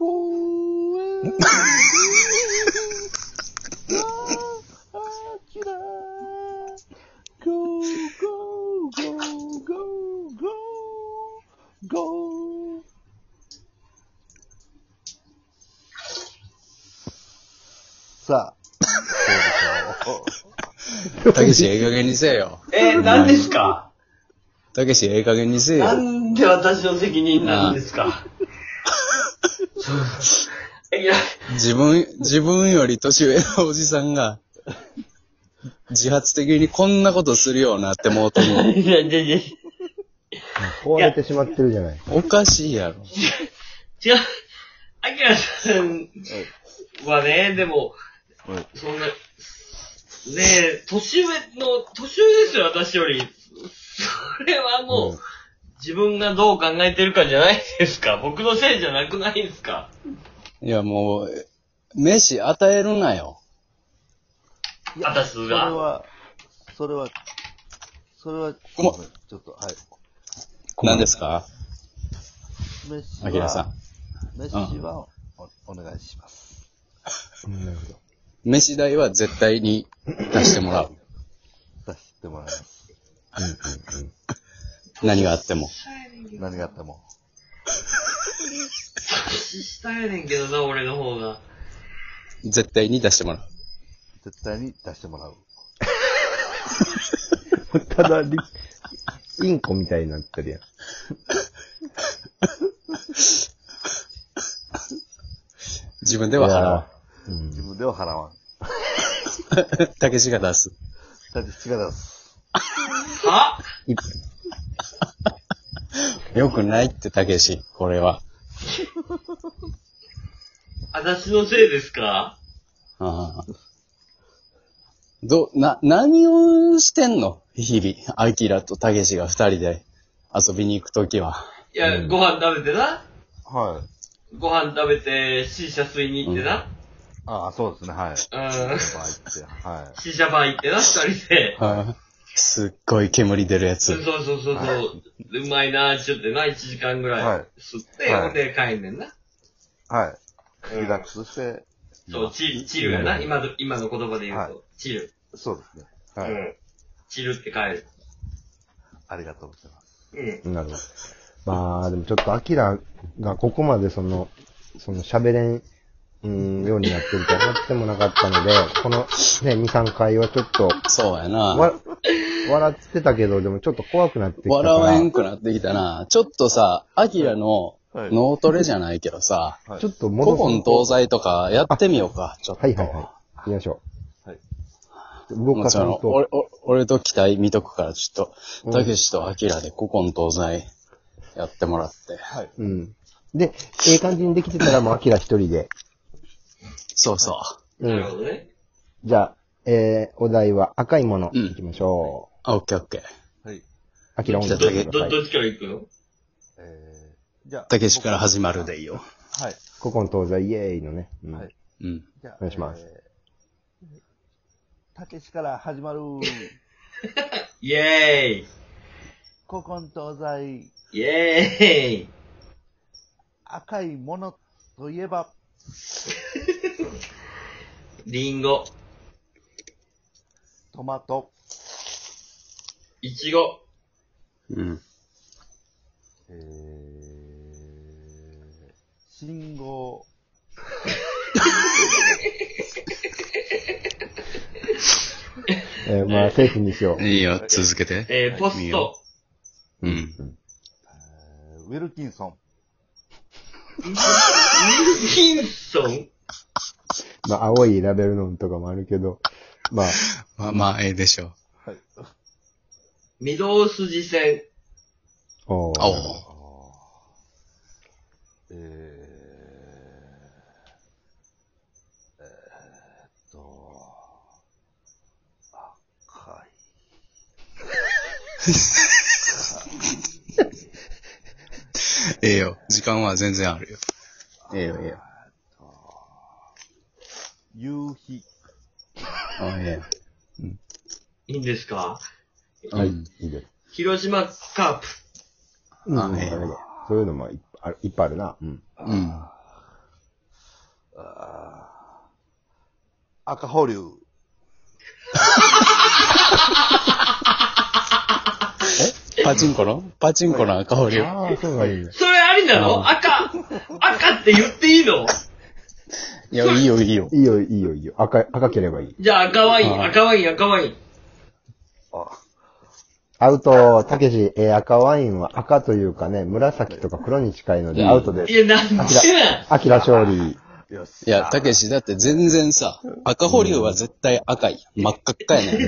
さあ、 たけし、ええ加減にせえよ。 何ですか？ たけし、ええ加減にせえよ。 なんで私の責任なんですか？いや、 自分より年上のおじさんが、自発的にこんなことするようになってもうとる。 いや、 壊れてしまってるじゃない。 おかしいやろ。 違う、アキラさんはね、でも、そんな、ねえ、年上ですよ、私より。それはもう、自分がどう考えてるかじゃないですか。僕のせいじゃなくないですか。 いや、もう、飯与えるなよ。 私が。 それは、ちょっと、はい。 何ですか？ 飯あきらさん。 飯はお願いします。 なるほど。 飯代は絶対に出してもらう。 出してもらいます。 何があっても。 何があっても。 年下やねんけどな、俺の方が。 絶対に出してもらう。 絶対に出してもらう。 ただ、インコみたいになってるやん。 自分では払わ自分では払わん。 ん。たけしが出す。 たけしが出す。 は？ よくないってたけし、これは。 私のせいですか？ ああ。何をしてんの日々、アキラとたけしが二人で遊びに行くときは。 いや、ご飯食べてな。 はい。 ご飯食べて、シーシャ吸いに行ってな。 ああ、そうですね、はい。 うん。 はい。 シーシャバー行ってな、二人で。 すっごい煙出るやつ。 そう。うまいな、ちょっとな、1時間ぐらい吸って、ほんで帰んねんな。 はい。リラックスして。 そう、チルやな。今の言葉で言うと、チル。 そうですね。はい。 チルって帰る。 ありがとうございます。 なるほど。まあ、でもちょっとアキラがここまで喋れん、ようになってると思ってもなかったので、このね、2、3回はちょっと、 そうやな。 笑ってたけど、でもちょっと怖くなってきたから。 笑えんくなってきたな。ちょっとさ、アキラの脳トレじゃないけどさ、 ちょっと古今東西とかやってみようか、ちょっと。 はい。行きましょう。はい。動もちかさんと。 ろん、俺と期待見とくから、ちょっと、たけしとアキラで古今東西やってもらって。 はい。 で、ええ感じにできてたらもうアキラ一人で。 そうそなるほどね。 じゃあ、お題は赤いもの、行きましょう。 オッケーオッケー。 はい。 アキラ音ど楽ください。 っちから行くの？ じゃあ。 たけしから始まるでいいよ。 はい。 古今東西イエーイのね。 はい。じゃあ、 お願いします。 たけしから始まる。 イェーイ古今東西。 イェーイ赤いものといえば。 リンゴ。 トマト。 イチゴ。 信号。 まあ、セーフにしよう。 いいよ、続けて。 ポスト。 うん。 ウィルキンソン。 ウィルキンソン？ まあ、青いラベルのとかもあるけど、まあ。 まあ、ええでしょう。 はい。 御堂筋線。 おー。 赤い。 ええよ。時間は全然あるよ。ええよ。 夕日。 ええ。 いいんですか？ はい、いいです。 広島カープ。 そういうのもいっぱいあるな。 赤保留。 パチンコの赤保留。 ああ、そうがいいね。 それありなの？赤って言っていいの？ いや、いいよ。 いいよ。赤ければいい。 じゃあ赤ワイン。 アウト、たけし、赤ワインは赤というかね、紫とか黒に近いのでアウトです。 いや、なんでなん？ アキラ勝利。 いや、たけし、だって全然さ、赤保留は絶対赤い。真っ赤っかやねん。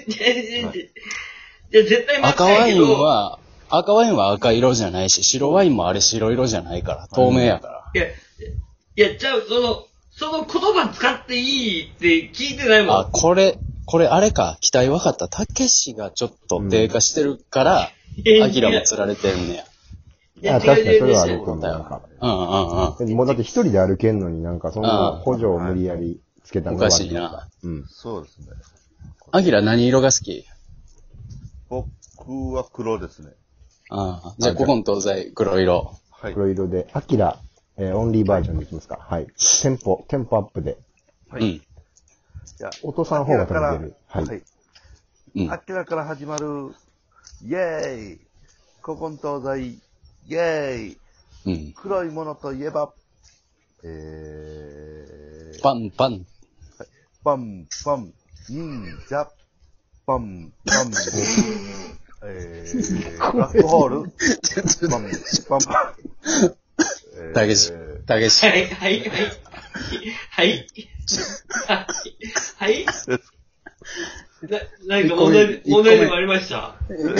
いや、絶対赤ワインは赤色じゃないし、白ワインもあれ白色じゃないから、透明やから。 いや、じゃあ、その言葉使っていいって聞いてないもん。 あ、これあれか、期待分かった。たけしがちょっと低下してるから、アキラも釣られてんねや。 いや、 確かにそれはある違うと思う。なんかうん。 もうだって一人で歩けんのになんかそんな補助を無理やりつけたのがおかしいな。 うん。 そうですね。 アキラ何色が好き？ 僕は黒ですね。 じゃあ、古今東西黒色。 はい。 黒色で、アキラ、オンリーバージョンでいきますか。はい。テンポアップで。 はい。いや、 お父さんの方が飛んでる。はい。 アキラから始まる、イェーイ古今東西、イェーイ黒いものといえば、 パン。 パン、忍者、パン、ブラックホール、パン。 たけし。 はい。何か問題でもありました？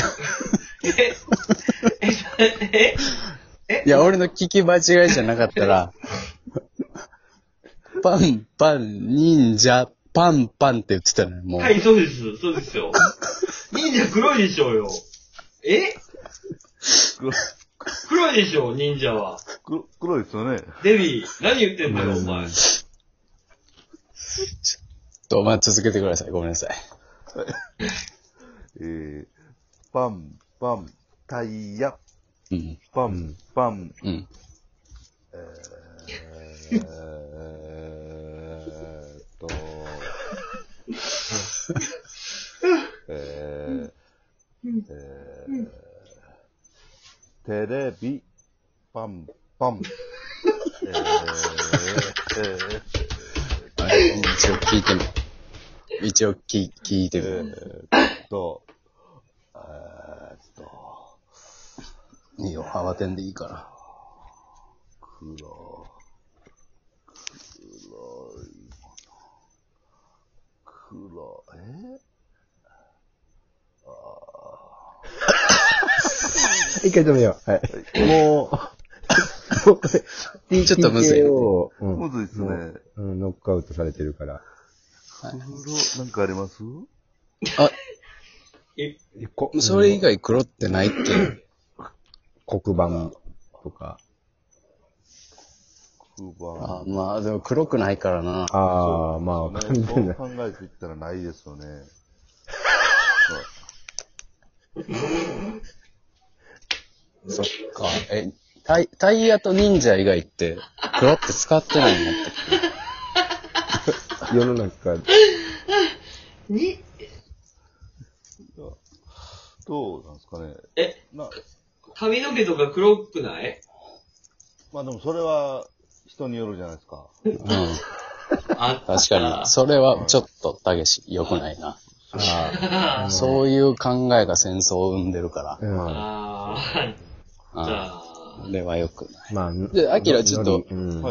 いや、俺の聞き間違いじゃなかったら、パン、忍者、パンって言ってたのよ、もう。 はい、そうですよ。忍者黒いでしょうよ。黒いでしょ、忍者は。 黒いですよね。 デビー、何言ってんだよ、お前。 まあ、続けてください。ごめんなさい。 パン、タイヤ。パン。テレビ、パン。 一応聞いてみる。いいよ、慌てんでいいから。 黒いもの。 一回止めよう。はい。もうこれ、 ちょっとむずい。 むずいっすね。 ノックアウトされてるから。 黒、なんかあります？ それ以外黒ってないっけ？ 黒板とか。 まあ、でも黒くないからな。 まあ、 そう考えていったらないですよね。 そっか。タイヤと忍者以外って黒って使ってないんだったっ世の中どうなんですかね。 髪の毛とか黒くない？ まあでもそれは人によるじゃないですか。 確かに。それはちょっとたけし良くないな。そういう考えが戦争を生んでるから。それは良くない。で、アキラちょっと、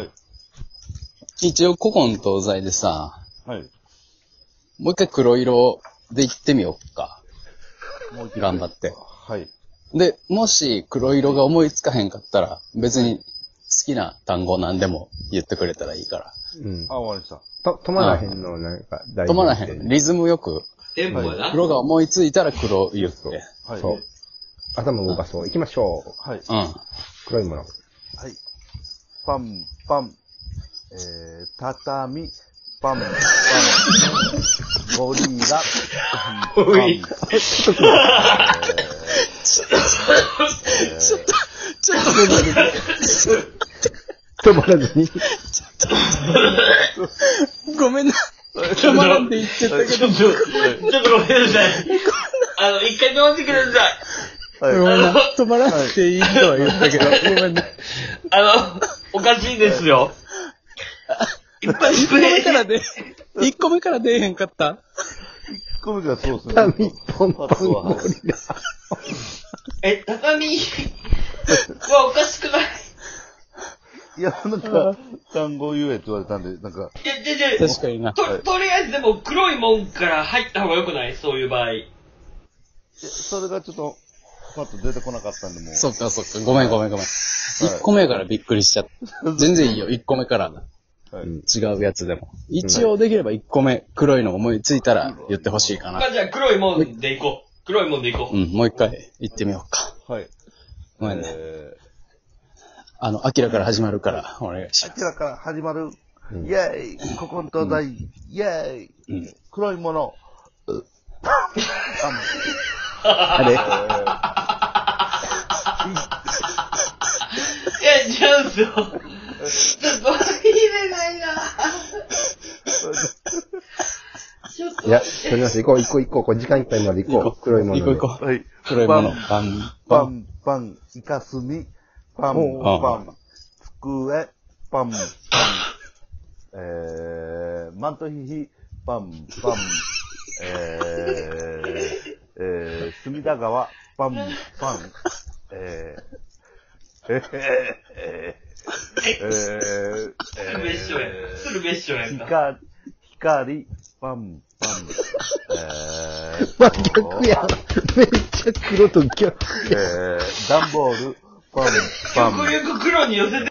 一応古今東西でさ、もう一回黒色で行ってみようか。頑張って。で、もし黒色が思いつかへんかったら、別に好きな単語何でも言ってくれたらいいから。 わかりました。 止まらへんの、なんか、 止まらへん。リズムよく。 テンポやな。 黒が思いついたら黒言って。 そう。頭動かそう。行きましょう。黒いもの。 パン。畳。パン。ゴリラ。 おい。 ちょっと止まらずに。 ごめんな。 止まらんで言ってたけど。 ちょっとごめんなさい。一回止まってください。 止まらなくていいとは言ったけど、ごめんね。 おかしいですよ。 1個目から出えへんかった。1 個目がそうですね。 畳ポンポンゴリラ。 畳はおかしくない？ いや、なんか、単語言えって言われたんで、なんか。 確かにな。 とりあえずでも黒いもんから入った方が良くない？そういう場合。 それがちょっと、パッと出てこなかったんで、もう。 そっか。ごめん。1個目からびっくりしちゃった。全然いいよ、1個目から。違うやつでも。一応できれば1個目、黒いの思いついたら言ってほしいかな。 じゃあ黒いもんでいこう。もう一回言ってみようか。 はい。 ごめんね。アキラから始まるから、お願いします。 アキラから始まる。イェーイ古今東西、イェーイ黒いもの。 あれ違うんすよ。ちょっと入れないな。 いや、取ります。行こう。これ時間いっぱいまで行こう。黒いもの。 行こう。はい。黒いもの。 パン、イカスミ、パン、机、パン、マントヒヒ、パン、隅田川、パン、 鶴瓶師匠やんか。 光、パン、 逆や。めっちゃ黒と逆。 段ボール、パン。 極力黒に寄せて